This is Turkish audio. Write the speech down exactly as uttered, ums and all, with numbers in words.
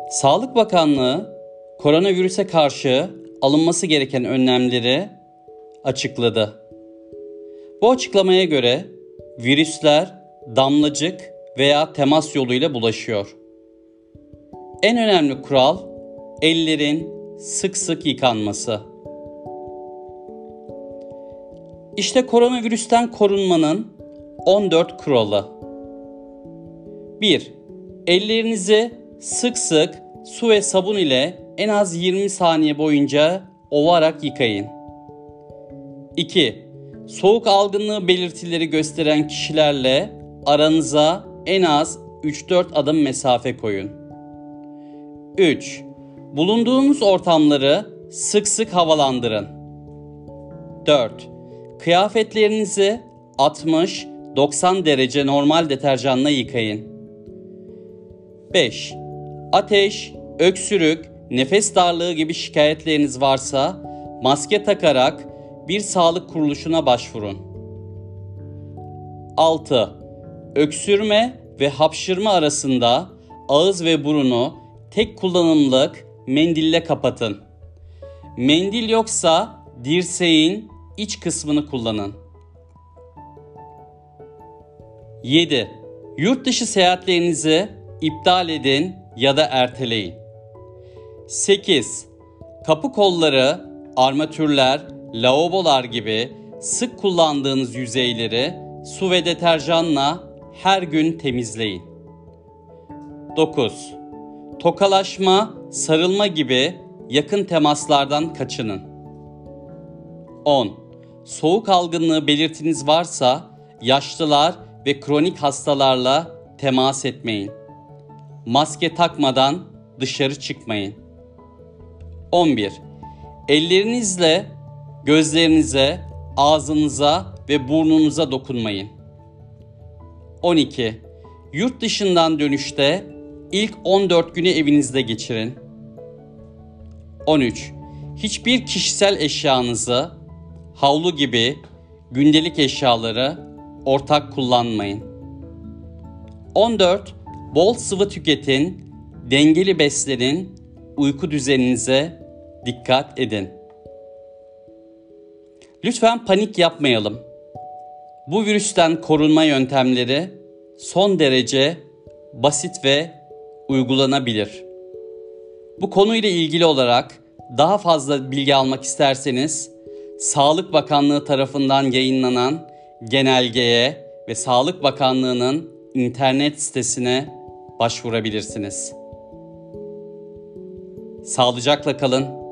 Sağlık Bakanlığı koronavirüse karşı alınması gereken önlemleri açıkladı. Bu açıklamaya göre virüsler damlacık veya temas yoluyla bulaşıyor. En önemli kural ellerin sık sık yıkanması. İşte koronavirüsten korunmanın on dört kuralı. bir. Ellerinizi sık sık su ve sabun ile en az yirmi saniye boyunca ovarak yıkayın. iki. Soğuk algınlığı belirtileri gösteren kişilerle aranıza en az üç dört adım mesafe koyun. üç. Bulunduğunuz ortamları sık sık havalandırın. dört. Kıyafetlerinizi altmış doksan derece normal deterjanla yıkayın. beş. Ateş, öksürük, nefes darlığı gibi şikayetleriniz varsa maske takarak bir sağlık kuruluşuna başvurun. altı. Öksürme ve hapşırma arasında ağız ve burunu tek kullanımlık mendille kapatın. Mendil yoksa dirseğin iç kısmını kullanın. yedi. Yurt dışı seyahatlerinizi iptal edin ya da erteleyin. sekiz. Kapı kolları, armatürler, lavabolar gibi sık kullandığınız yüzeyleri su ve deterjanla her gün temizleyin. dokuz. Tokalaşma, sarılma gibi yakın temaslardan kaçının. on. Soğuk algınlığı belirtiniz varsa yaşlılar ve kronik hastalarla temas etmeyin. Maske takmadan dışarı çıkmayın. on bir. Ellerinizle gözlerinize, ağzınıza ve burnunuza dokunmayın. on iki. Yurt dışından dönüşte ilk on dört günü evinizde geçirin. on üç. Hiçbir kişisel eşyanızı, havlu gibi gündelik eşyaları ortak kullanmayın. on dört. Bol sıvı tüketin, dengeli beslenin, uyku düzeninize dikkat edin. Lütfen panik yapmayalım. Bu virüsten korunma yöntemleri son derece basit ve uygulanabilir. Bu konuyla ilgili olarak daha fazla bilgi almak isterseniz Sağlık Bakanlığı tarafından yayınlanan genelgeye ve Sağlık Bakanlığı'nın internet sitesine başvurabilirsiniz. Sağlıcakla kalın.